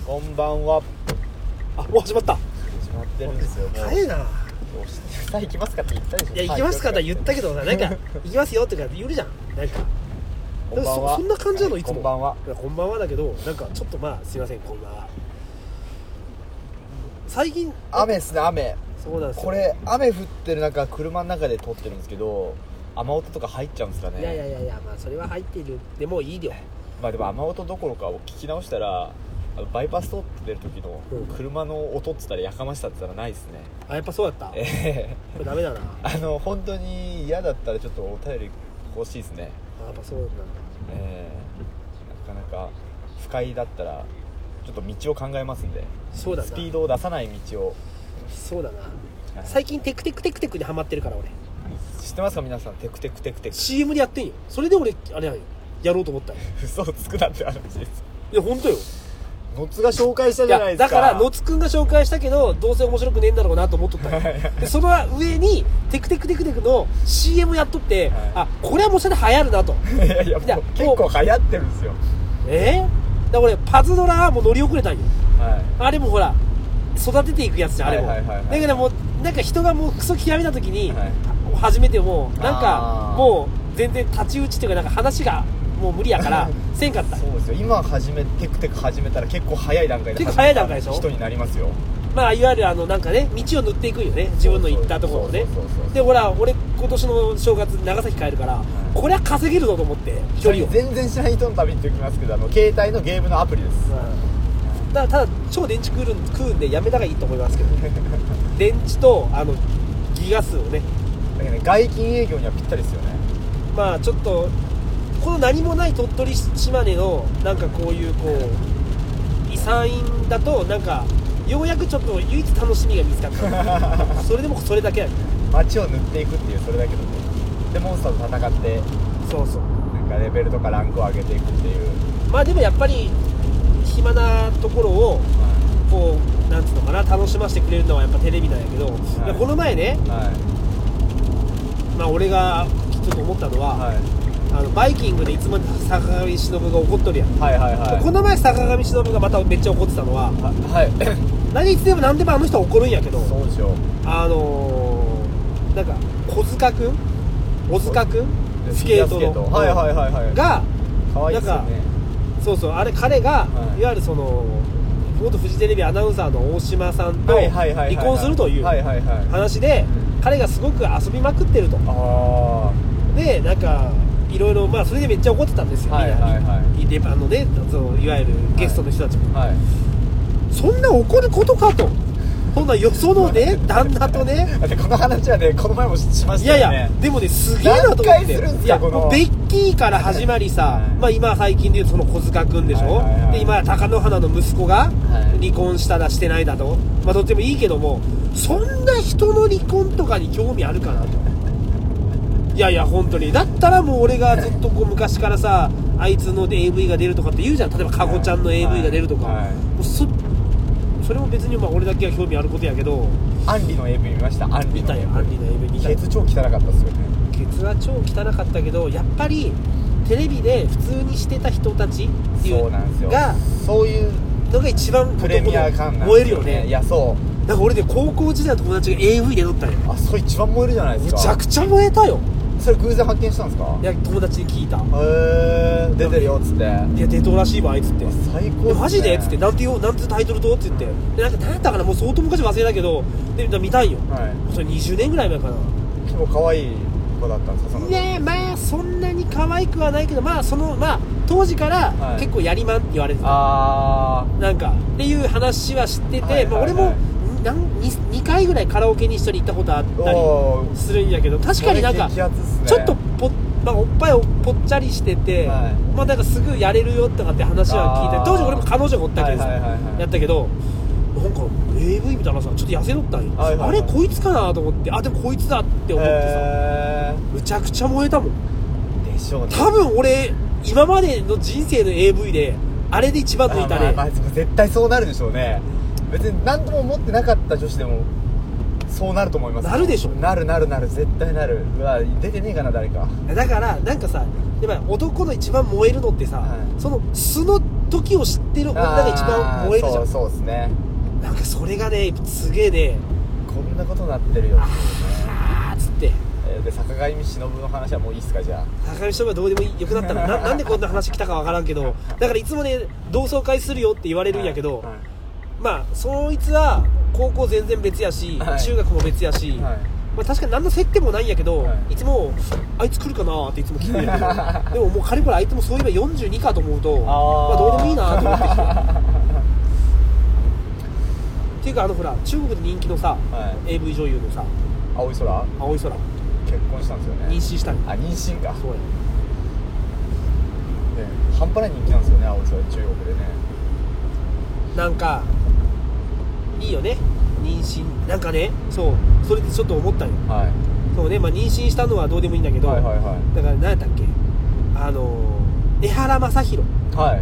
こんばんは。 あ、もう始まった。 始まってるんですよ。もう早いな。 さあ行きますかって言ったでしょ。 いや、行きますかって言ったけどさ、なんか行きますよってか言うじゃん。なんかこんばんは。 そんな感じなの、いつも。 こんばんは。 いや、こんばんはだけど、なんかちょっとまあすいません、こんばんは。最近雨ですね、雨。 そうなんですよ。 これ雨降ってる中、車の中で撮ってるんですけど、雨音とか入っちゃうんですかね。 いやまあそれは入っているでもいいよ。 まあでも雨音どころかを聞き直したら、バイパス通ってる時の車の音っつったらやかましさって言ったらないですね。 あ、やっぱそうだった。これダメだな。 本当に嫌だったらちょっとお便り欲しいですね。 あ、やっぱそうなんだ。 なかなか不快だったらちょっと道を考えますんで。 そうだな。 スピードを出さない道を。 そうだな、 はい、 最近テクテクにハマってるから俺。 知ってますか皆さん。テク CM でやってんよ。それで俺あれやろうと思ったよ。 嘘をつくなって話です。 いや本当よ。 ノツが紹介したじゃないですか。 だからノツくんが紹介したけど、どうせ面白くねえんだろうなと思っとったよでその上にテクテクの CM やっとって、はい、あ、これはもうそれで流行るなといやもう結構流行ってるんですよ。 だから俺パズドラもう乗り遅れたんよ、 はい、 あれもほら育てていくやつじゃん、あれも、だからもうなんか人がもうクソ極めた時に、はい、初めてもうなんかもう全然太刀打ちっていうか、なんか話がもう無理やからせんかったそうですよ。今テクテク始めたら結構早い段階で結構早い段階でしょ。 人になりますよ。 まあいわゆるなんかね、道を塗っていくよね、自分の行ったところをね。でほら俺今年の正月長崎帰るから、これは稼げるぞと思って距離を。 全然知らない人の旅って言ってきますけど、携帯のゲームのアプリです、 ただ超電池食うんでやめた方がいいと思いますけど電池とギガ数をね。 だからね、外勤営業にはぴったりですよね。 まあちょっとこの何もない鳥取島根のなんかこういう遺産院だと、なんかようやくちょっと唯一楽しみが見つかったそれでもそれだけやね。 街を塗っていくっていう、それだけのね。でモンスターと戦って、 そうなんかレベルとかランクを上げていくっていう。まあでもやっぱり暇なところをこうなんつうのかな、楽しませてくれるのはやっぱテレビなんやけど、はい、この前ね、はい、まあ俺がちょっと思ったのは、はい、バイキングでいつも坂上忍が怒っとるやん、この前坂上忍がまためっちゃ怒ってたのは、何いつでも何でもあの人は怒るんやけど、 そうでしょ。 なんか小塚くんスケートのが可愛いですよね。 そうあれ彼が、いわゆるその元フジテレビアナウンサーの大島さんと離婚するという話で、彼がすごく遊びまくってると。でなんかいろいろ、まあそれでめっちゃ怒ってたんですよ、みんなに。ね、いわゆるゲストの人たちも、そんな怒ることかと。そんなよそのね旦那とねだってこの話はね、この前もしましたよね。 いやでもね、すげえなと思って。いやベッキーから始まりさ、まあ今最近でいうその小塚くんでしょ、で今貴乃花の息子が離婚したらしてないだと、まあどっちでもいいけども、そんな人の離婚とかに興味あるかなと。いや本当に。だったらもう俺がずっと昔からさ、あいつの AV が出るとかって言うじゃん。例えばかごちゃんの AV が出るとか、もうそれも別にまあ俺だけは興味あることやけど。 アンリの AV 見ました。アンリの AV 見たよ。 ケツ超汚かったっすよね。 ケツは超汚かったけど、やっぱりテレビで普通にしてた人たちっていうが、 そういうのが一番プレミア感燃えるよね。 いやそうなんか俺で高校時代の友達が AV で撮ったんよ。 あ、それ一番燃えるじゃないですか。 めちゃくちゃ燃えたよ。 それ偶然発見したんですか。 いや友達に聞いた。 出てるよっつって。 いや出とうらしいわあいつって。 最高っすね。 マジでっつって、なんてタイトルとって言って、でなんか何やったかな、もう相当昔忘れたけど、で見たんよ、それ20年ぐらい前かな。 結構可愛い子だったんですか、その。 ねえ、まあそんなに可愛くはないけど、まあ当時から結構やりまんって言われてた、なんかっていう話は知ってて、まあ俺も2回ぐらいカラオケに一緒に行ったことあったりするんやけど、確かになんかちょっとおっぱいをぽっちゃりしてて、まあなんかすぐやれるよとかって話は聞いて、当時俺も彼女がおったけどさ、やったけど、なんか AV 見たらさ、ちょっと痩せとったんよ、あれこいつかなと思って、あでもこいつだって思ってさ、むちゃくちゃ燃えたもん。 でしょうね。 多分俺今までの人生の AV であれで一番抜いたね。 絶対そうなるでしょうね。別に何とも思ってなかった女子でもそうなると思います。 なるでしょ。 なる絶対なる。うわ出てねえかな誰か。 だからなんかさ、やっぱ男の一番燃えるのってさ、その素の時を知ってる女が一番燃えるじゃん。 そうですね。 なんかそれがねすげえね、 こんなことなってるよっていうね。 あーっつって。 で坂上忍の話はもういいっすか。じゃあ坂上忍はどうでもよくなったのなんでこんな話来たかわからんけど、だからいつもね同窓会するよって言われるんやけど、 はいはい、 まあそいつは高校全然別やし、 はい、 中学も別やし、はい、まあ、確かに何の接点もないんやけど、はい、いつもあいつ来るかなっていつも聞いてるでももうかれこれあいつもそういえば42かと思うとまあどうでもいいなと思ってきてっていうかほら中国で人気のさ、はい、AV 女優のさ青い空結婚したんですよね。 妊娠したの。 妊娠か。 そうや、 ね、半端ない人気なんですよね、青い空。中国でねなんかいいよね、妊娠なんかね。そうそれでちょっと思ったよ、はい、そうね、まあ、妊娠したのはどうでもいいんだけど、はいはいはい、だから何やったっけ、江原正宏、はい、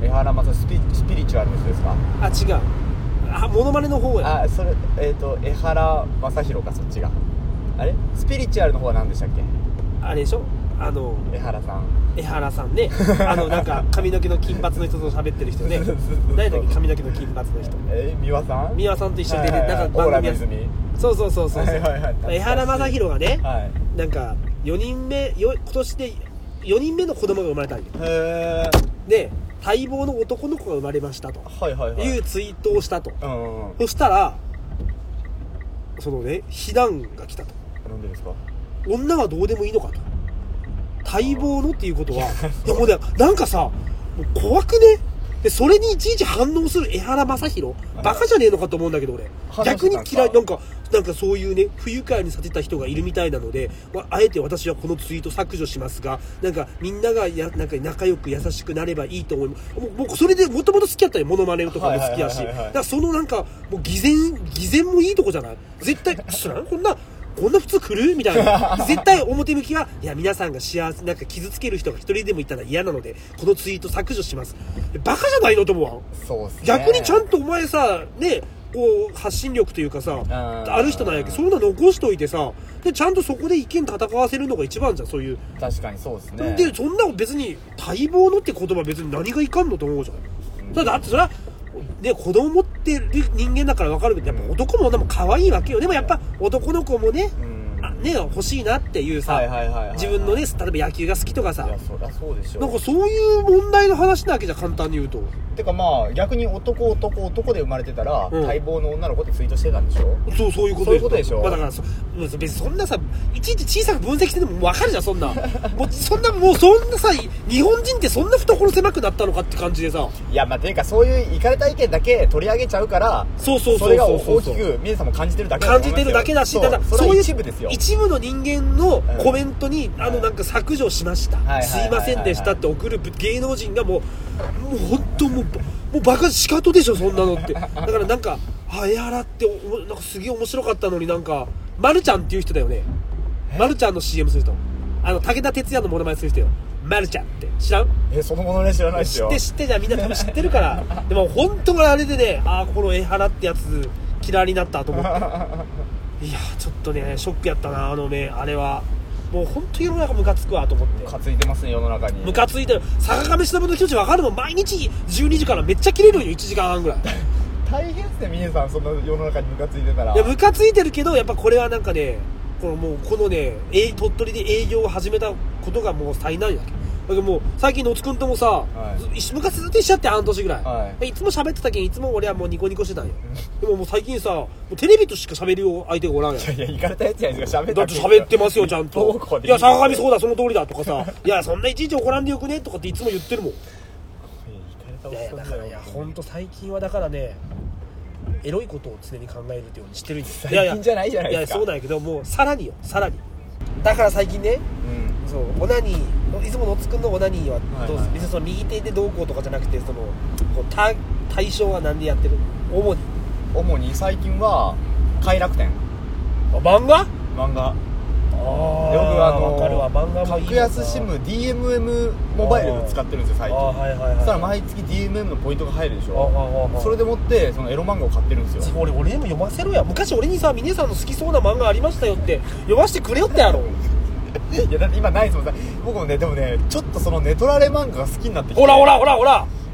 江原正スピリチュアルの人ですか。 あ、違う、モノマネの方や。 あ、それ江原正宏か。そっちがあれスピリチュアルの方は何でしたっけ。 あれでしょ、 江原さんねなんか髪の毛の金髪の人と喋ってる人ね何だっけ、髪の毛の金髪の人、 美輪さんと一緒に出て、なんか番組やつ、そう、はいはいはい、江原正宏がね、はい、なんか4人目今年で4人目の子供が生まれたんよ。へー。で待望の男の子が生まれましたと、はいはいはい、いうツイートをしたと、そしたらそのね非難が来たと。 なんでですか。 女はどうでもいいのかと、待望のっていうことはいやもうね、なんかさもう怖くね。でそれにいちいち反応する江原正宏バカじゃねえのかと思うんだけど俺逆に嫌い。なんかそういうね不愉快にさせた人がいるみたいなので、あえて私はこのツイート削除しますが、なんかみんながなんか仲良く優しくなればいいと思う。もうそれでもともと好きやったよ、モノマネとかも好きやし、だからそのなんかもう偽善もいいとこじゃない絶対こんな普通来るみたいな絶対表向きはいや皆さんが幸せなんか傷つける人が一人でもいたら嫌なのでこのツイート削除します。バカじゃないのと思うわ。 そうっすね。 逆にちゃんとお前さねこう発信力というかさある人なんやけど、そんな残しといてさでちゃんとそこで意見戦わせるのが一番じゃん。そういう確かにそうですね。 でそんな別に待望のって言葉別に何がいかんのと思うじゃん、だってそれはで子供持ってる人間だから分かるけど、やっぱ男も女も可愛いわけよ。でもやっぱ男の子もね、欲しいなっていうさ、自分のね例えば野球が好きとかさ、 いやそりゃそうでしょ。 なんかそういう問題の話なわけじゃん、簡単に言うと。 てかまあ逆に男で生まれてたら、待望の女の子ってツイートしてたんでしょ。 そういうことでしょ。だから別にそんなさいちいち小さく分析してでも分かるじゃん。そんなもうそんなさ日本人ってそんな懐狭くなったのかって感じでさ。 いやまあていうかそういうイカれた意見だけ取り上げちゃうから、それが大きく皆さんも感じてるだけだと思いますよ。感じてるだけだし、ただそういう一部ですよ。一部の人間のコメントに、なんか削除しました、すいませんでしたって送る芸能人がもう本当もうバカ仕方でしょそんなのって。だからなんか江原ってなんかすげえ面白かったのに、なんかまるちゃんっていう人だよね。まるちゃんの CM する人、武田鉄矢のモノマネする人よ、まるちゃんって知らん？ そのモノマネ知らないですよ。 知ってじゃあみんな多分知ってるからでも本当あれでね、この江原ってやつ嫌いになったと思っていやちょっとねショックやったな。あれはもう本当世の中ムカつくわと思って。 ムカついてますね世の中に。 ムカついてる。坂上忍の気持ち分かるの。毎日12時からめっちゃ切れるよ、1時間半ぐらい大変っすね峰さん、そんな世の中にムカついてたら。 いやムカついてるけど、やっぱこれはなんかねこのね鳥取で営業を始めたことがもう災難やけ。だけどもう最近のつくんともさ、昔ずっと一緒やって半年ぐらい、いつも喋ってたけんいつも俺はもうニコニコしてたんよでももう最近さもうテレビとしか喋るよ相手がおらんやん。 いや行かれたやつじゃないですか。 だって喋ってますよちゃんといや坂上そうだその通りだとかさいやそんないちいち怒らんでよくねとかっていつも言ってるもん。いやだから本当最近はだからねエロいことを常に考えるってようにしてるんです。 最近じゃないじゃないですか。 いやそうなんやけどもうさらにだから最近ね、そうオナニーいつものつくんのオナニーはどうする、別にその右手でどうこうとかじゃなくて、その対象は何でやってる？ 主に最近は快楽天。 漫画よく分かるわ、漫画もいい格安シム DMM モバイル使ってるんですよ最近。そしたら毎月 DMM のポイントが入るでしょ。それでもってそのエロ漫画を買ってるんですよ。 俺でも読ませろや。昔俺にさ峰さんの好きそうな漫画ありましたよって読ませてくれよってやろいやだって今ないですもん。僕もねでもねちょっとそのネトラレ漫画が好きになってきて。 ほら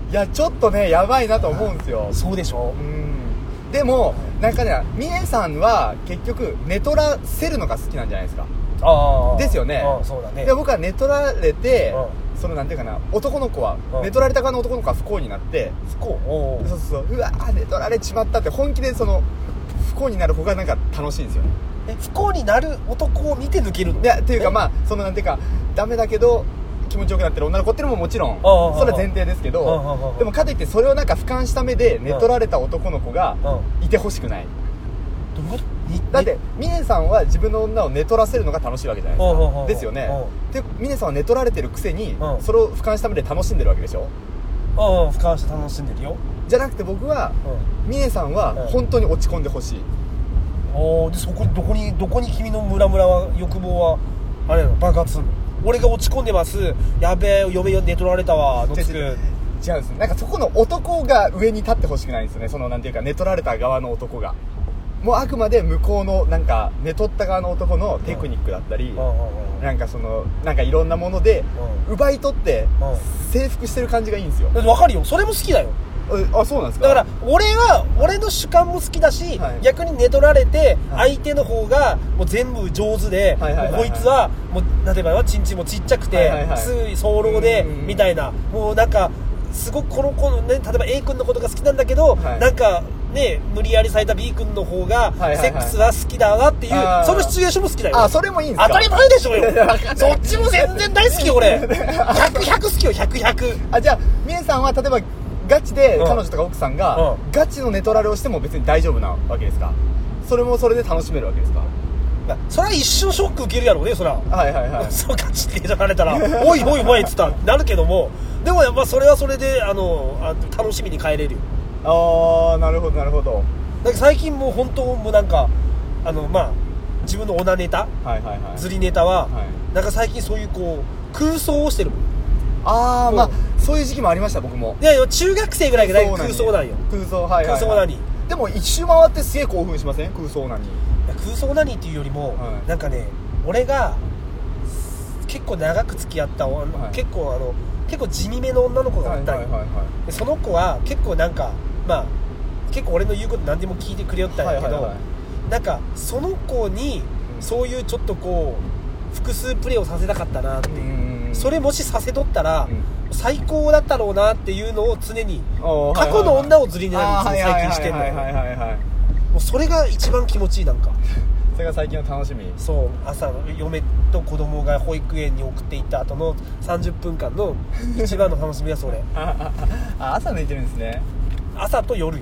いやちょっとねやばいなと思うんですよ。 そうでしょ。 でもなんかねミネさんは結局寝取らせるのが好きなんじゃないですか。ですよね。 そうだね。 で僕は寝取られて、そのなんていうかな、男の子は、寝取られた側の男の子は不幸になって、うわー寝取られちまったって本気でその不幸になる方がなんか楽しいんですよね。 不幸になる男を見て抜けるの？ いやっていうかまあそのなんていうかダメだけど気持ちよくなってる女の子っていうのももちろんそれは前提ですけど、でもかといってそれをなんか俯瞰した目で寝取られた男の子がいてほしくない。だってミネさんは自分の女を寝取らせるのが楽しいわけじゃないですか。ですよね。でミネさんは寝取られてるくせにそれを俯瞰した目で楽しんでるわけでしょ。 俯瞰して楽しんでるよ。 じゃなくて僕はミネさんは本当に落ち込んでほしい。 でそこどこに君のムラムラは欲望はあれなの爆発するの？俺が落ち込んでます、やべえ嫁寝取られたわのつく。違うんです。なんかそこの男が上に立ってほしくないんですよね。そのなんていうか寝取られた側の男がもうあくまで向こうのなんか寝取った側の男のテクニックだったり、なんかそのなんかいろんなもので奪い取って征服してる感じがいいんですよ。 わかるよ、それも好きだよ。 あ、そうなんですか。 だから俺の主観も好きだし、逆に寝取られて相手の方がもう全部上手で、こいつはもう例えばチンチンもちっちゃくてすぐ早漏でみたいな、もうなんかすごくこの子のね、例えば A 君のことが好きなんだけど、なんかね無理やりされた B 君の方がセックスは好きだわっていうそのシチュエーションも好きだよ。 あ、それもいいんですか。 当たり前でしょうよそっちも全然大好きよ俺。100好きよ100。 じゃあミネさんは例えばガチで彼女とか奥さんがガチの寝取られをしても別に大丈夫なわけですか。それもそれで楽しめるわけですか。 それは一瞬ショック受けるやろうね、そら。そうガチで寝取られたらおいおいおいっつったらなるけども、でもやっぱそれはそれで楽しみに帰れるよ。 なるほどなるほど。 なんか最近もう本当もうなんかまあ自分のオナネタ、ズリネタは、なんか最近そういうこう空想をしてるもん。 まあそういう時期もありました僕も。 いや中学生ぐらいが空想なんよ。 空想空想何。 でも一周回ってすげえ興奮しません？空想何。 空想何っていうよりも、なんかね俺が結構長く付き合った結構地味めの女の子があったんよ。でその子は結構なんかまあ結構俺の言うこと何でも聞いてくれよったんやけど、なんかその子にそういうちょっとこう複数プレーをさせたかったなっていう。それもしさせとったら、最高だったろうなっていうのを常に過去の女をずりになる最近してんのよ。もうそれが一番気持ちいい。なんかそれが最近の楽しみ。 そう朝嫁と子供が保育園に送っていった後の30分間の一番の楽しみはそれ。 朝寝てるんですね。 朝と夜よ。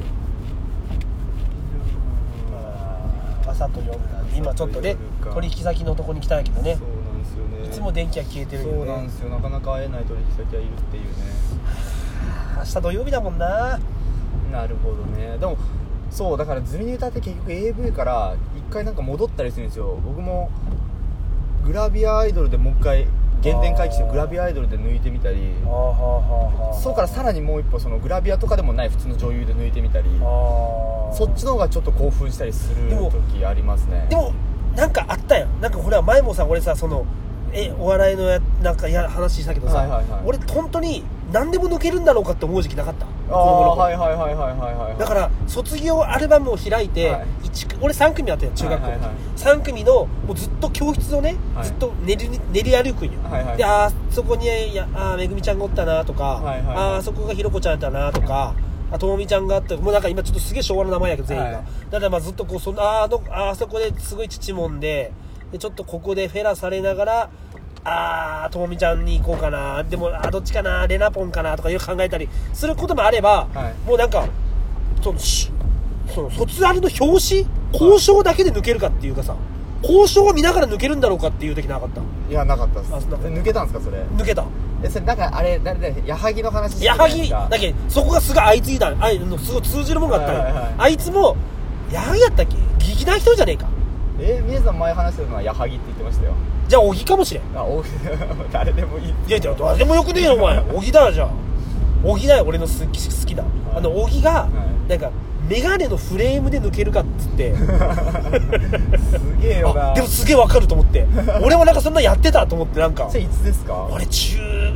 朝と夜なんで今ちょっとね取引先のとこに来たんやけどね。いつも電気が消えてるよね。 そうなんですよ。なかなか会えない取引先はいるっていうね。 明日土曜日だもんな。 なるほどね。でもそうだからズミネタって結局 AV から一回なんか戻ったりするんですよ。僕もグラビアアイドルでもう一回原点回帰してグラビアアイドルで抜いてみたり、そうからさらにもう一歩そのグラビアとかでもない普通の女優で抜いてみたり、そっちの方がちょっと興奮したりする時ありますね。 でもなんかあったやん。なんかほら前もさ俺さそのお笑いのなんか話したけどさ、俺本当に何でも抜けるんだろうかって思う時期なかった。だから卒業アルバムを開いて、俺3組あったよ中学校の時、3組のもうずっと教室をね、ずっと練り歩くんよ。でそこにめぐみちゃんがおったなとか、あそこがひろこちゃんだったなとか、ともみちゃんがあって、もうなんか今ちょっとすげえ昭和の名前やけど全員が、だからまあずっとこうあそこですごい乳もんでちょっとここでフェラされながらともみちゃんに行こうかな、でもどっちかなレナポンかなとかいう考えたりすることもあれば、もうなんかその卒アルの表紙交渉だけで抜けるかっていうかさ、交渉を見ながら抜けるんだろうかっていう時なかった？ いやなかったです。抜けたんですかそれ？抜けた。それなんかあれ矢作の話してたんですか？矢作だけそこがすごい相次いだ、すごい通じるもんがあったよ。あいつも矢作やったっけ？劇団一人じゃねえか。 皆さん前話してるのは矢作って言ってましたよ。 じゃあ小木かもしれん。 誰でもいい。 いや誰でもよくねえよお前。小木だよ。じゃあ小木だよ俺の好きな小木がなんかメガネのフレームで抜けるかっつってすげえよな。 でもすげえわかると思って俺もなんかそんなやってたと思って。なんかそれいつですか？ 俺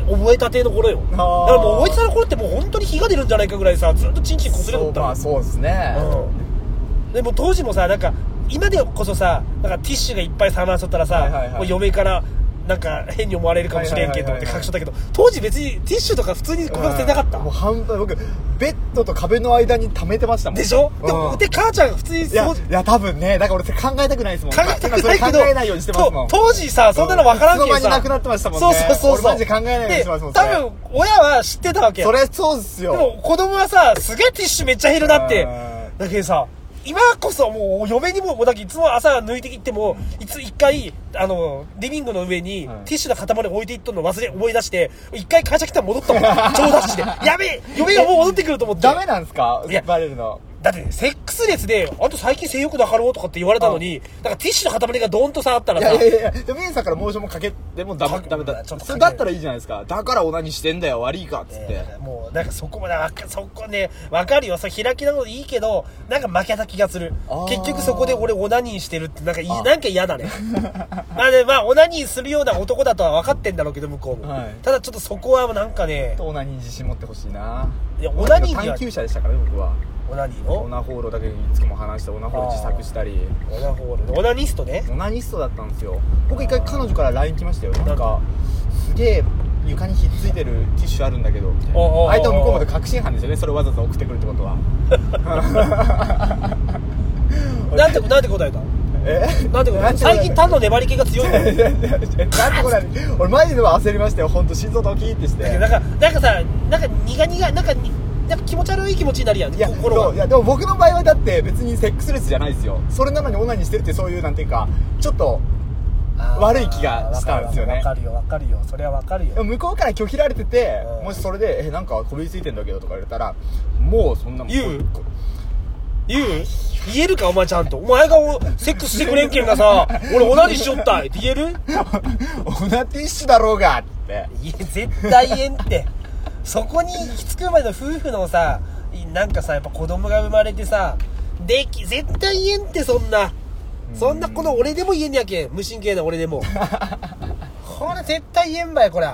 覚えたての頃よ。だからもう覚えたての頃ってもう本当に火が出るんじゃないかぐらいさ、ずっとチンチンこすれとった。 まあそうですね、 でも当時もさ、なんか今でこそさ、なんかティッシュがいっぱい散乱しとったらさ、もう嫁からなんか変に思われるかもしれんけどって隠しとったけど、当時別にティッシュとか普通にここ捨てなかった。 もう半分僕ベッドと壁の間に溜めてましたもん。 でしょ、で母ちゃんが普通にいや多分ね、だから俺考えたくないですもん。 考えたくないけど、 考えないようにしてますもん。 当時さ、そんなの分からんけどさ、 いつの間になくなってましたもんね。そう俺マジで考えないようにしてますもん。 多分親は知ってたわけ。 それそうですよ。 でも子供はさ、すげえティッシュめっちゃ減るなって。だけどさ、今こそもう嫁にもだけいつも朝抜いてきても、いつ一回リビングの上にティッシュの塊置いていっとんの思い出して、一回会社来たら戻ったもん。超ダッシュでやべえ、嫁がもう戻ってくると思って。 ダメなんですか、バレるの。 だってセックスレスであんた最近性欲なかろうとかって言われたのに、なんかティッシュの塊がドーンとさあったらさ、 いやでもミンさんからモーションもかけてもダメだ、それだったらいいじゃないですか。だからオナニーしてんだよ悪いかっつって、 もうなんかそこまでそこね分かるよ、それ開きなのでいいけど、なんか負けた気がする。結局そこで俺オナニーしてるってなんか嫌だね。まあオナニーするような男だとは分かってんだろうけど向こうも、ただちょっとそこはなんかね、 オナニー自信持ってほしいな。 いやオナニー探求者でしたからね僕は。 オナニーのオナホールだけにいつも話してオナホール自作したり。 オナホールオナニストね。 オナニストだったんですよ。僕一回彼女から LINE 来ましたよ。なんかすげえ床にひっついてるティッシュあるんだけどみたいな。相手も向こうまで確信犯ですよね、それをわざわざ送ってくるってことは。 なんて答えた？なんて答えた？最近タンの粘り気が強いんだよ。なんて答えた？俺マジで焦りましたよ本当、心臓ドキッてして。 なんかさ、なんか苦なんか気持ち悪い気持ちになるやん。 いやでも僕の場合はだって別にセックスレスじゃないですよ。それなのにオナニーしてるってそういうなんていうかちょっと悪い気がしたんですよね。 わかるよそれはわかるよ。 向こうから拒否られてて、もしそれでなんかこびりついてんだけどとか言われたら、もうそんなもん言えるかお前ちゃんと。お前がセックスしてくれんけんがさ、俺オナニーしよったいって言える？ オナティッシュだろうがって。 いや絶対言えんって。そこに行き着くまでの夫婦のさ、なんかさ、やっぱ子供が生まれてさ、絶対言えんって、そんなこの俺でも言えんやけん、無神経な俺でも。これ絶対言えんばい、これ。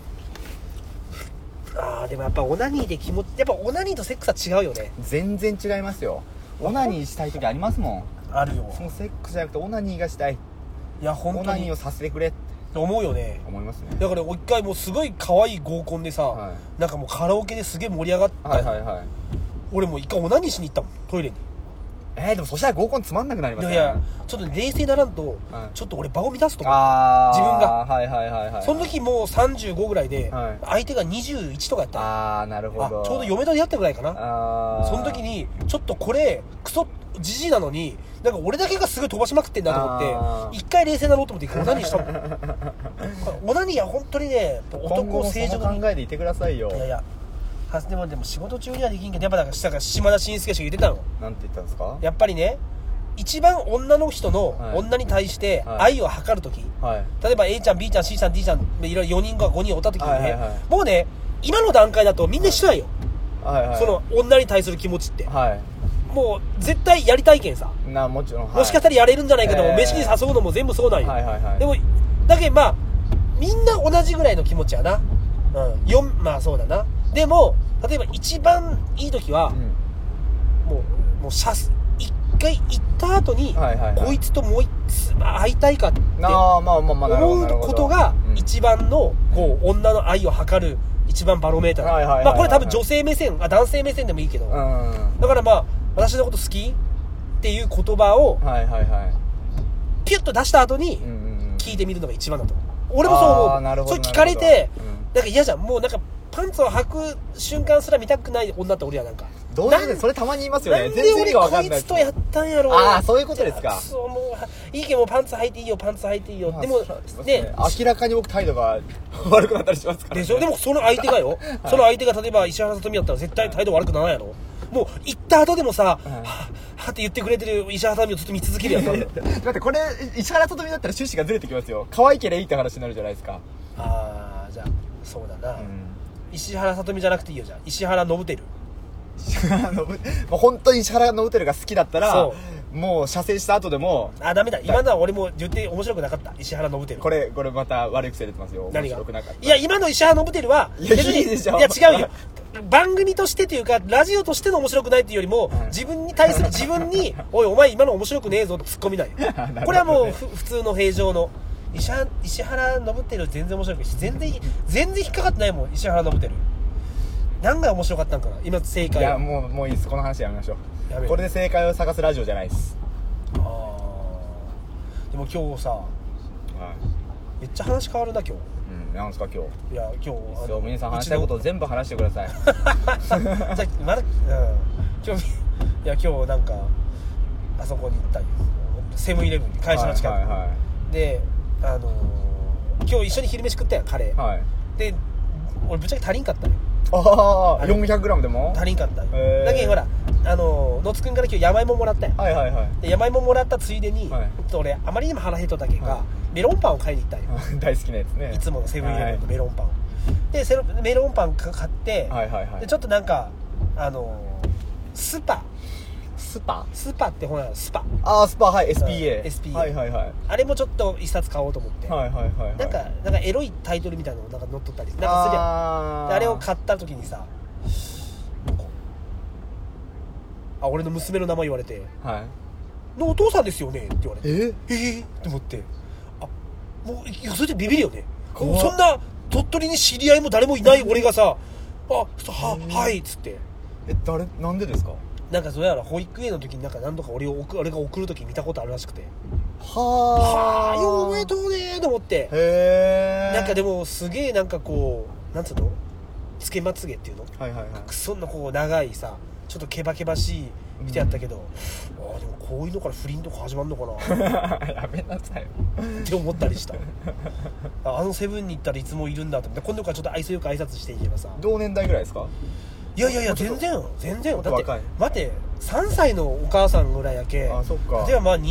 でもやっぱオナニーでやっぱオナニーとセックスは違うよね。 全然違いますよ。オナニーしたい時ありますもん。 あるよ。 そのセックスじゃなくてオナニーがしたい。 いや本当にオナニーをさせてくれって思うよね。 思いますね。 だから一回もうすごい可愛い合コンでさ、なんかもうカラオケですげえ盛り上がった、俺もう一回オナニーしに行ったもん、トイレに。 でもそしたら合コンつまんなくなりますね。 いやちょっと冷静ならんと、ちょっと俺場を乱すと思って自分がその時もう35ぐらいで、相手が21とかやった。 なるほど。 ちょうど嫁と出会ったぐらいかな。その時にちょっとこれクソジジイなのになんか俺だけがすごい飛ばしまくってんだと思って、一回冷静なろうと思ってオナニーしたもん。オナニーは本当にね、男を正常に考えていてくださいよ。 いやでも仕事中にはできんけど、やっぱだから島田紳介氏が言ってたの。 なんて言ったんですか？ やっぱりね、一番女の人の女に対して愛を測るとき、例えば A ちゃん B ちゃん C ちゃん D ちゃんいろいろ4人か5人おったときにね、もうね今の段階だとみんな一緒なんよ、その女に対する気持ちって、もう絶対やりたいけんさ、 もちろん、 もしかしたらやれるんじゃないかと、飯に誘うのも全部そうなんよ、でもだけどまあみんな同じぐらいの気持ちやな、まあそうだな。でも例えば一番いい時は、もう一回行った後に、こいつともう一つ会いたいかって思うことが一番のこう女の愛を測る一番バロメーター。まあこれ多分女性目線男性目線でもいいけど、だからまあ私のこと好きっていう言葉をピュッと出した後に聞いてみるのが一番だと。俺もそう思う。それ聞かれてなんか嫌じゃん。もうなんかパンツを履く瞬間すら見たくない女って俺はなんかどういうそれたまに言いますよね。 全然意味が分かんない。こいつとやったんやろ。 そういうことですか。 そうもういいけどもうパンツ履いていいよでもね明らかに僕態度が悪くなったりしますからね。 でしょ。でもその相手がよ、その相手が例えば石原さとみだったら絶対態度悪くならんやろ。もう行った後でもさ、はぁって言ってくれてる石原さとみをずっと見続けるやん。 だってこれ石原さとみだったら趣旨がずれてきますよ。可愛ければいいって話になるじゃないですか。 じゃあそうだな、石原さとみじゃなくていいよ。じゃあ石原伸晃。 本当に石原伸晃が好きだったらもう射精した後でもダメだ、今のは俺も言って面白くなかった。石原伸晃、 これまた悪い癖出てますよ。面白くなかった。 いや今の石原伸晃は別にいいでしょ。 いや違うよ番組としてというかラジオとしての面白くないっていうよりも、自分に対する自分においお前今の面白くねえぞとツッコミないよこれはもう普通の平常の石原伸晃全然面白くないし、全然引っかかってないもん。石原伸晃何が面白かったんかな今正解。 いやもういいです、この話やめましょう。これで正解を探すラジオじゃないです。 でも今日さ、めっちゃ話変わるな今日。 なんですか今日。 いや今日皆さん話したいことを全部話してくださいじゃまだ今日なんかあそこに行ったり、セブンイレブンに会社の近く、で今日一緒に昼飯食ったやん、カレー、で俺ぶっちゃけ足りんかったよ。 400g でも足りんかったよ。だけどほら野津くんから今日山芋もらったやん。で山芋もらったついでに、俺あまりにも腹減っとったけんが、メロンパンを買いに行ったんよ大好きなやつね、 いつものセブンイレブンのメロンパンを、でメロンパン買って、でちょっとなんかスパってほらスパスパ、はい、SPA、 あれもちょっと一冊買おうと思って、なんかエロいタイトルみたいなのなんか載っとったりなんかすりゃ、あれを買った時にさ、俺の娘の名前言われて、のお父さんですよねって言われて、って思って、もうそれでビビるよね。そんな鳥取に知り合いも誰もいない俺がさはいっつって、 なんでですか。 なんかそれやら保育園の時になんか何度か俺が送る時見たことあるらしくて、おめでとうねーと思って、なんかでもすげえなんかこうなんつうのつけまつげっていうの、そんなこう長いさちょっとケバケバしい人やったけど、でもこういうのから不倫とか始まるのかなやめなさいって思ったりしたセブンに行ったらいつもいるんだと思って、今度からちょっと愛想よく挨拶していけばさ。同年代ぐらいですか。 いや全然だって待って3歳のお母さんぐらいやけ、 そっか。 例えばまあ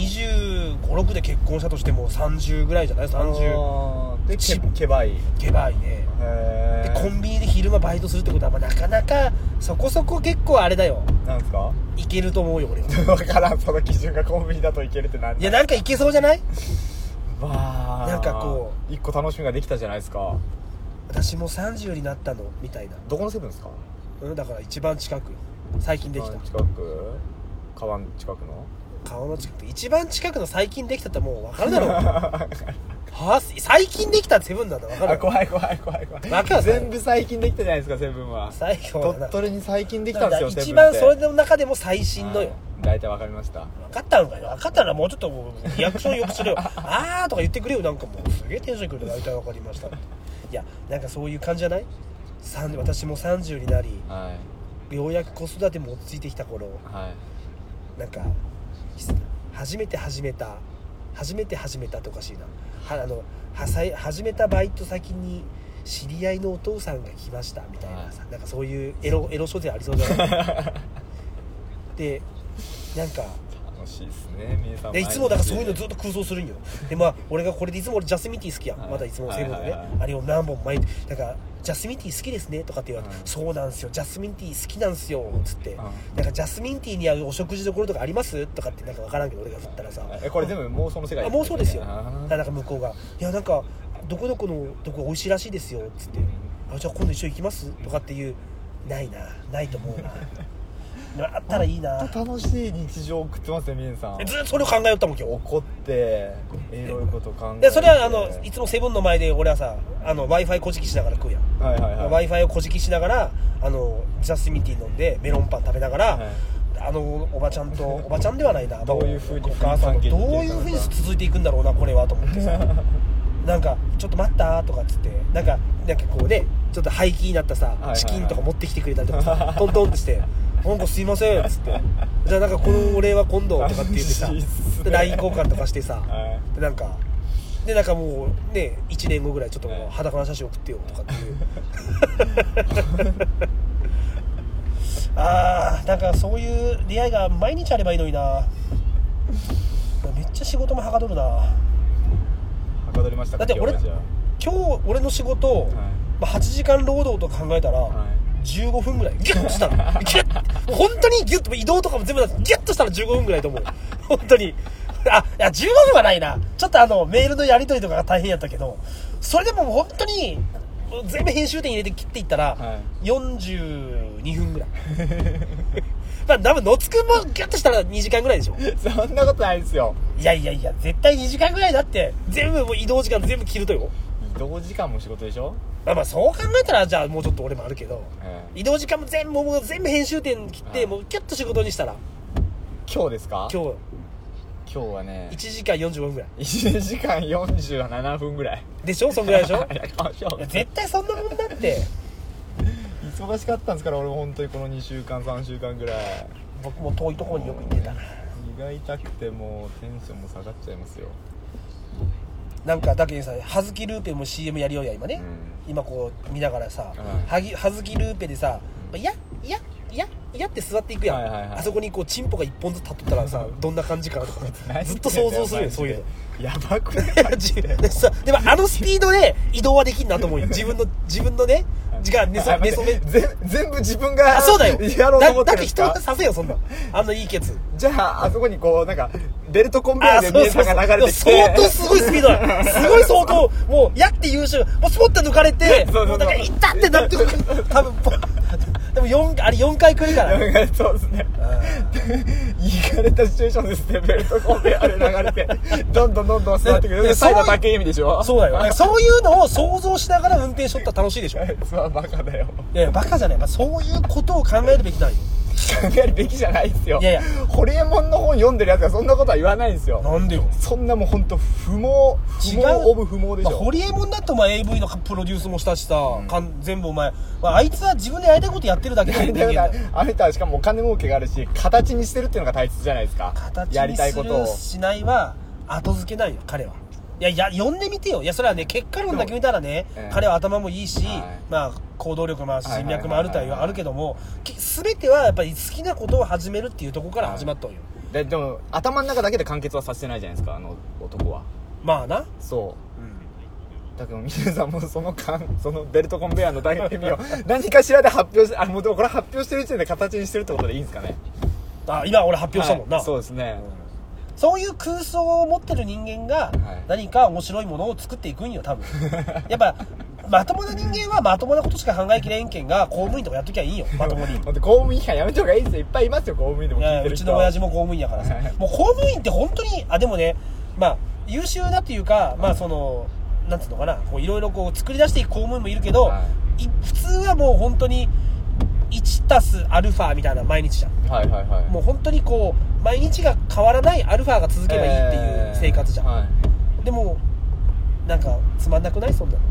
25、6で結婚したとしても30ぐらいじゃない。30 でケバいね。でコンビニで昼間バイトするってことは、まあ、なかなかそこそこ結構あれだよ。 なんすか。 いけると思うよ俺は分からん、その基準がコンビニだといけるってなんだ。 いやなんかいけそうじゃない。 なんかこう一個楽しみができたじゃないですか。 私も30になったのみたいな。 どこのセブンですか。 だから一番近く、最近できた。 川の近く一番近くの最近できたってもう分かるだろう最近できたセブンなんだ、分かる。 怖い全部最近できたじゃないですかセブンは。鳥取に最最近できたんですよセブンって。一番それの中でも最新のよ。 大体分かりました。 分かったのかよ。分かったらもうちょっとリアクションよくするよとか言ってくれよ。なんかもうすげえテンションくる。大体分かりましたいやなんかそういう感じじゃない。私も30になり、ようやく子育ても落ち着いてきた頃、なんか初めて始めたっておかしいな。始めたバイト先に知り合いのお父さんが来ましたみたいなさ、なんかそういうエロ書店ありそうじゃないでなんか楽しいですね皆さん。 でいつもだからそういうのずっと空想するんよ。で俺がこれでいつもジャスミンティー好きやん、まだいつもセブンでね、あれを何本毎日なんかジャスミンティー好きですねとかって言われて、そうなんですよジャスミンティー好きなんですよつって、なんかジャスミンティーに合うお食事どころとかありますとかってなんか分からんけど俺が振ったらさ、 これ全部妄想の世界。 妄想ですよ。なんか向こうがいやなんかどこのとこ美味しいらしいですよつって、じゃあ今度一緒行きますとかっていうないと思うなあったらいいな。 楽しい日常を送ってますねミネさん。 ずっとそれを考えよったもん今日。 怒ってエロいこと考えて。 でそれはいつもセブンの前で俺はさWi-Fi こじきしながら食うやん。Wi-Fi をこじきしながらジャスミンティー飲んでメロンパン食べながら、おばちゃんではないなどういう風にお母さんとどういう風に続いていくんだろうなこれはと思ってさなんかちょっと待ったとかっつってなんかこうねちょっと廃棄になったさチキンとか持ってきてくれたりとかさトントンってしてなんかすいませんっつってじゃあなんかこのお礼は今度とかって言ってさLINE 交換とかしてさでなんかもうね1年後ぐらいちょっともう裸の写真送ってよとかっていうなんかそういう出会いが毎日あればいいのにな。めっちゃ仕事もはかどるな。はかどりましたか。 だって今日俺の仕事、8時間労働と考えたら、 15分ぐらいギュッとしたらギュッ本当にギュッと移動とかも全部ギュッとしたら15分ぐらいと思う本当に。いや15分はないな。ちょっとメールのやり取りとかが大変やったけど、それでも本当に全部編集点入れて切っていったら、42分ぐらいまあ多分野津くんもギュッとしたら2時間ぐらいでしょ。 そんなことないですよ。 いや絶対2時間ぐらいだって。全部もう移動時間全部切るとよ。 移動時間も仕事でしょ。 まあそう考えたらじゃあもうちょっと俺もあるけど、移動時間も全部編集点切ってもうキュッと仕事にしたら。 今日ですか？今日はね 1時間45分ぐらい。 1時間47分ぐらいでしょ。そんぐらいでしょやりましょう。 絶対そんなもんだって忙しかったんですから俺も本当にこの2週間3週間ぐらい。 僕も遠いところによく行ってたな。 胃が痛くてもうテンションも下がっちゃいますよ。 なんかだけどさ、葉月ルーペも CM やりようや今ね、今こう見ながらさ、葉月ルーペでさ、いやって座っていくやん、あそこにこうチンポが一本ずつ立っとったらさどんな感じかなとかずっと想像するよそういうの。 やばくないでもスピードで移動はできんなと思うよ。自分のね時間寝そ全部自分がそうだよ。 やろうと思ってるんですか？ だって人がさせよそんないいケツ。 じゃああそこにこうなんかベルトコンベヤーで姉さんが流れてきて相当すごいスピードだすごい相当もうやって優秀もうスポッと抜かれてもうだからいったってなってくる多分でも4回来るからそうですね。いかれたシチュエーションですね。ベルトコンベヤーで流れてどんどん座ってくる。最後竹意味でしょ。 そうだよ。そういうのを想像しながら運転しとったら楽しいでしょ。 それはバカだよ。 いやバカじゃない、まあ、そういうことを考えるべきなんよ。 考えるべきじゃないですよ。 いやホリエモンの本読んでるやつがそんなことは言わないんですよ。 なんでよ。 そんなもう本当不毛オブ不毛でしょ。 ホリエモンだってAV のプロデュースもしたしさ、全部お前、あいつは自分でやりたいことやってるだけなんだよ。 あなたはしかもお金儲けがあるし形にしてるっていうのが大切じゃないですか。やりたいことをしないは後付けないよ彼は。いや読んでみてよ。いやそれはね結果論だけ見たらね、彼は頭もいいし、まあ行動力もあるし人脈もあるとはあるけども、全てはやっぱり好きなことを始めるっていうところから始まったんよ。 でも頭の中だけで完結はさせてないじゃないですかあの男は。 まあな。 そう、だけど皆さんもそのベルトコンベヤーの大学を何かしらで発表してもうでもこれ発表してる時点で形にしてるってことでいいんですかね。 今俺発表したもんな、 そうですね、 そういう空想を持ってる人間が何か面白いものを作っていくんよ多分やっぱまともな人間はまともなことしか考えきれんけんが公務員とかやっときゃいいよまともに。 公務員やめた方がいいですよ。いっぱいいますよ公務員でも聞いてる人。 うちの親父も公務員やからさもう公務員って本当にでもねまあ優秀なっていうかまあそのなんつうのかないろいろこう作り出していく公務員もいるけど、普通はもう本当に1+αみたいな毎日じゃん。もう本当にこう毎日が変わらないアルファが続けばいいっていう生活じゃん、でもなんかつまんなくないそんなの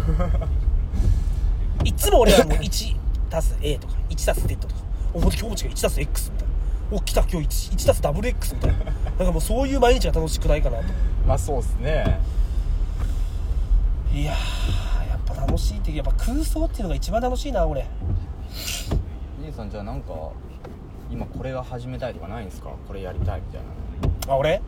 いつも俺はもう 1+A とか 1+Z とか今日も違う 1+X みたいな来た今日 1+WX みたいななんかもうそういう毎日が楽しくないかなと。 まあそうですね。 いやーやっぱ楽しいってやっぱ空想っていうのが一番楽しいな俺。 兄さんじゃあなんか今これが始めたいとかないんですか？これやりたいみたいな。 俺？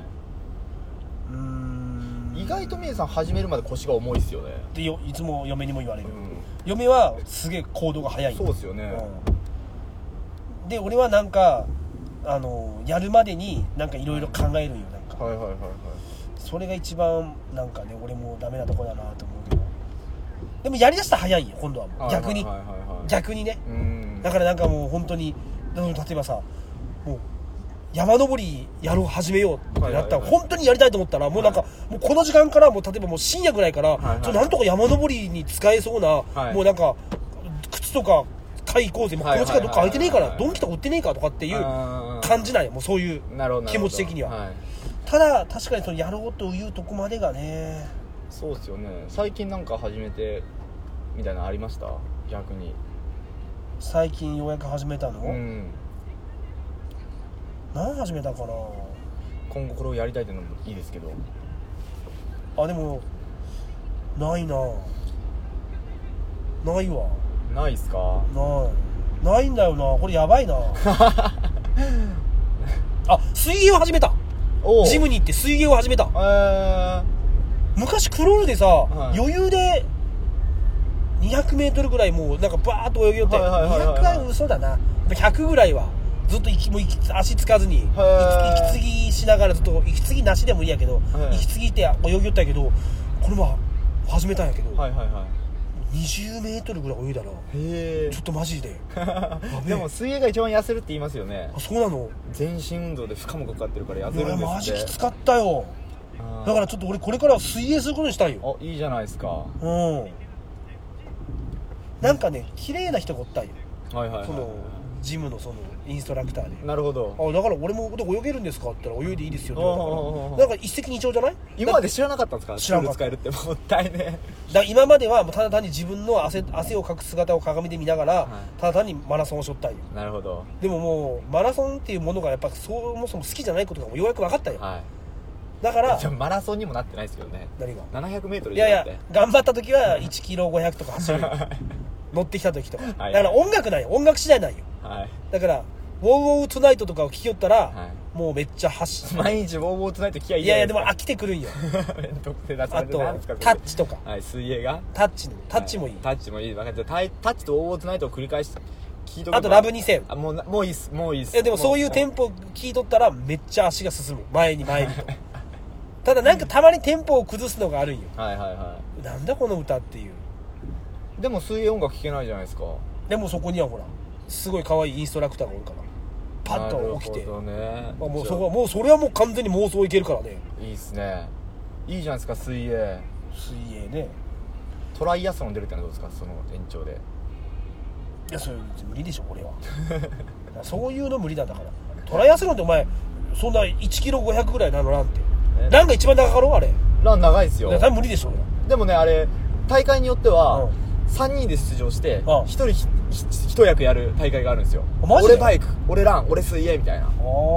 意外とみえさん始めるまで腰が重いっすよねっていつも嫁にも言われる、嫁はすげえ行動が早い。 そうですよね、 で俺はなんかやるまでになんかいろいろ考えるんよなんか、それが一番なんかね俺もダメなとこだなと思うけど、でもやりだしたら早いよ今度はもう逆に、逆にね、だからなんかもう本当に例えばさもう山登り始めようってなったら、本当にやりたいと思ったらもうなんかもうこの時間からもう例えばもう深夜ぐらいからなんとか山登りに使えそうな、もうなんか靴とか買い行こうぜ、もうこの時間どっか空いてねえからドンキとか売ってねえかとかっていう感じなんよもうそういう気持ち的には、ただ確かにそのやろうというとこまでがね。 そうですよね。最近なんか始めてみたいなのありました？逆に最近ようやく始めたの、何始めたかな。 今後これをやりたいっていうのもいいですけど。 でもないな。ないわ。 ないっすか？ ないんだよな。これやばいな水泳を始めた。ジムに行って水泳を始めた。昔クロールでさ、余裕で 200m ぐらいもうなんかバーッと泳ぎよって、200は嘘だな、100ぐらいはずっともう足つかずに息継ぎしながらずっと息継ぎなしでもいいやけど、息継ぎって泳ぎよったんやけど、これは始めたんやけど、20メートルぐらい泳いだら、ちょっとマジででも水泳が一番痩せるって言いますよね。 あ、そうなの。 全身運動で負荷もかかってるから痩せるんですって。 マジきつかったよ。だからちょっと俺これから水泳することにしたいよ。 あ、いいじゃないですか。 なんかね、綺麗な人がおったんよ、 そのジムのそのインストラクターで。 なるほど。 だから俺も泳げるんですかって言ったら、泳いでいいですよって言われたから、なんか一石二鳥じゃない。 今まで知らなかったんですか。 知らなかった。 使えるってもったいね。 だ今まではただ単に自分の汗をかく姿を鏡で見ながら、ただ単にマラソンをしょったんよ。 なるほど。 でももうマラソンっていうものがやっぱそもそも好きじゃないことがもうようやく分かったよ。だからマラソンにもなってないですけどね。 何が 700m。 いやいや、頑張った時は1キロ500とか走るよ乗ってきた時とか。だから音楽なんよ、音楽次第なんよ。だからウォーウォートゥナイトとかを聴きよったら、もうめっちゃ走る。 毎日ウォーウォートゥナイト聴きゃいい。 いやいや、でも飽きてくるんよ。あとタッチとか。 水泳がタッチもいい。 タッチもいい。分かった。タッチとウォーウォートゥナイトを繰り返して聞いとく。 あとラブ2000。 もういいっす、もういいっす。 でもそういうテンポ聞いとったらめっちゃ足が進む、前にとただなんかたまにテンポを崩すのがあるんよ。なんだこの歌っていう。 でも水泳音楽聴けないじゃないですか。 でもそこにはほらすごい可愛いインストラクターがおるから、パッと起きて。 なるほどね。 もうそこはもうそれはもう完全に妄想いけるからね。 いいっすね。いいじゃないですか。水泳ね。 トライアスロン出るってのはどうですか、その延長で。 いや、それ無理でしょ俺はそういうの無理だ。だからトライアスロンってお前そんな1キロ500ぐらいなの。ランってランが一番長かろう。あれラン長いっすよ。 多分無理でしょ。 でもね、あれ大会によっては、3人で出場して1人1役やる大会があるんですよ。俺バイク、俺ラン、俺水泳みたいな。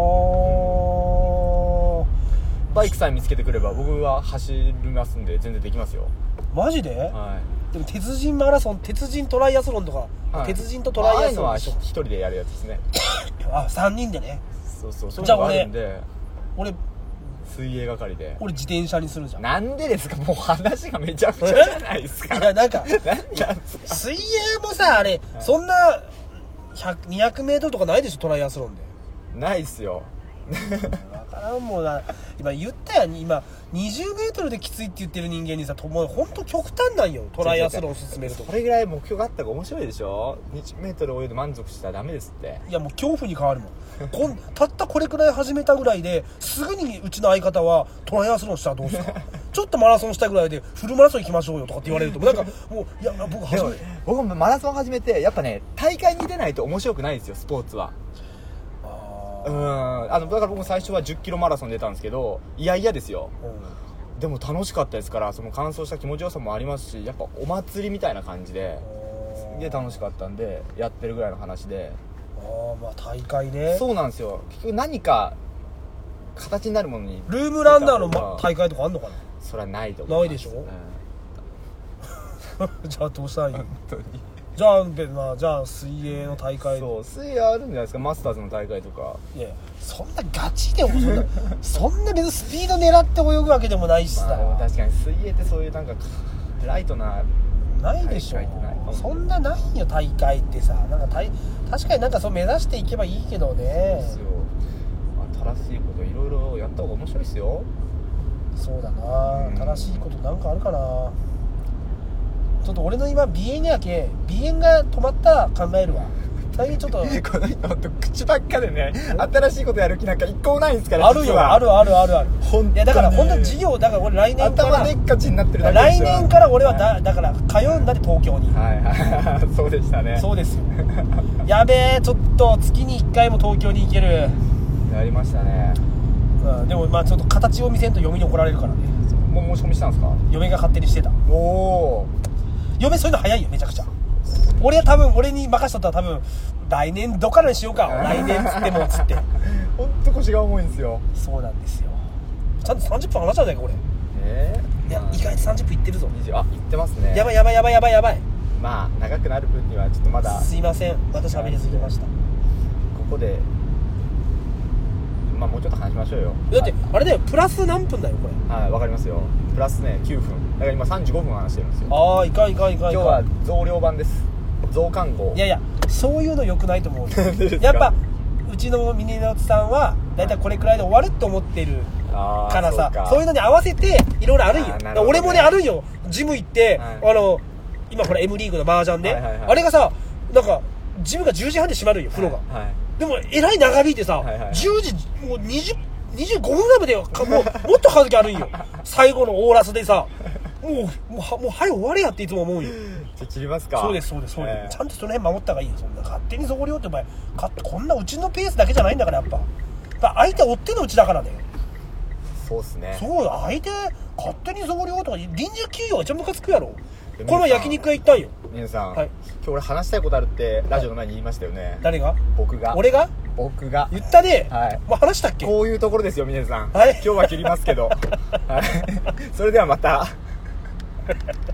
バイクさえ見つけてくれば僕は走りますんで全然できますよ。 マジで？でも鉄人マラソン、鉄人トライアスロンとか、鉄人とトライアスロンは 1人でやるやつですね。 3人でね。 そういうのがあるんで。 俺水泳係で。 俺自転車にするじゃん。 なんでですか。もう話がめちゃくちゃじゃないですか。 いやなんか水泳もさ、あれそんな200メートルとかないでしょ、トライアスロンで。 ないっすよ。 分からんもんな。今言ったやん、今20メートルできついって言ってる人間にさ、もう本当極端なんよ、トライアスロンを進めると。 それぐらい目標があった方が面白いでしょ。20メートル泳いで満足したらダメですって。 いやもう恐怖に変わるもんたったこれくらい始めたぐらいですぐにうちの相方はトライアスロンしたらどうすかちょっとマラソンしたぐらいでフルマラソン行きましょうよとかって言われるとなんかもう、いや僕もマラソン始めてやっぱね、大会に出ないと面白くないんですよ、スポーツは。だから僕も最初は10キロマラソン出たんですけど、いやいやですよ。でも楽しかったですから、その完走した気持ちよさもありますし、やっぱお祭りみたいな感じですげえ楽しかったんでやってるぐらいの話で。 まあ大会ね。 そうなんですよ。結局何か形になるものに。 ルームランナーの大会とかあんのかな。 それはないと思います。 ないでしょ、じゃあどうしたらいい。 本当に。 じゃあ水泳の大会。 そう、水泳あるんじゃないですか、マスターズの大会とか。 いやそんなガチでそんな別にスピード狙って泳ぐわけでもないしさ。 確かに水泳ってそういうなんかライトなないでしょ。そんなないよ大会ってさ。なんか確かになんかそう目指していけばいいけどね。 そうですよ。新しいこといろいろやった方が面白いですよ。 そうだな。新しいことなんかあるかな。ちょっと俺の今鼻炎やけ、鼻炎が止まったら考えるわ。最近ちょっとこの人ほんと口ばっかでね、新しいことやる気なんか一個もないんですから。 あるよ、ある。 本当に。 いやだから本当に授業だから俺来年から頭でっかちになってるだけですよ。 来年から俺はだから通うんだで東京に。 そうでしたね。 そうですよ。やべえ、ちょっと月に1回も東京に行ける。 やりましたね。 でもまあちょっと形を見せんと嫁に怒られるからね。 もう申し込みしたんですか。 嫁が勝手にしてた。 おお。 嫁そういうの早いよ、めちゃくちゃ。俺に任しとったら多分来年どっからにしようか、来年つってもつってほんと腰が重いんですよ。 そうなんですよ。ちゃんと30分話したんじゃないかこれ。いや意外と30分いってるぞ。 いってますね。 やばい。 まあ長くなる分にはちょっとまだ。 すいません、また喋りすぎました。ここでまあもうちょっと話しましょうよ。 だってあれだよ、プラス何分だよこれ。 はい、わかりますよ。プラスね9分だから今35分話してるんですよ。 ああ、いかんいかんいかんいかん。 今日は増量版です。増刊号。 いやいや、そういうの良くないと思うやっぱうちのミネノツさんはだいたいこれくらいで終わると思ってるからさ、そういうのに合わせていろいろあるんよ、ね、俺もねあるんよ。ジム行って、はい、今これ M リーグの麻雀で、はいはいはい、あれがさ、なんかジムが10時半で閉まるんよ、風呂が、はいはい、でもえらい長引いてさ、はいはいはい、10時もう25分ぐらいまでもっと買う時あるんよ最後のオーラスでさ、もう早終われやっていつも思うんよ。 じゃ切りますか。 そうですそうですそうです、ちゃんとその辺守った方がいいよ。そんな勝手に増量ってお前こんなうちのペースだけじゃないんだから、やっぱ相手追ってのうちだからね。 そうっすね。 そうよ、相手勝手に増量とか臨時休養が一番ムカつくやろ。この前焼肉屋行ったんよ。 皆さん、はい、今日俺話したいことあるってラジオの前に言いましたよね。 誰が？ 僕が。 俺が？ 僕が言ったね。 はい。 もう話したっけ？ こういうところですよ、皆さん。 はい。 今日は切りますけど。はい。それではまた。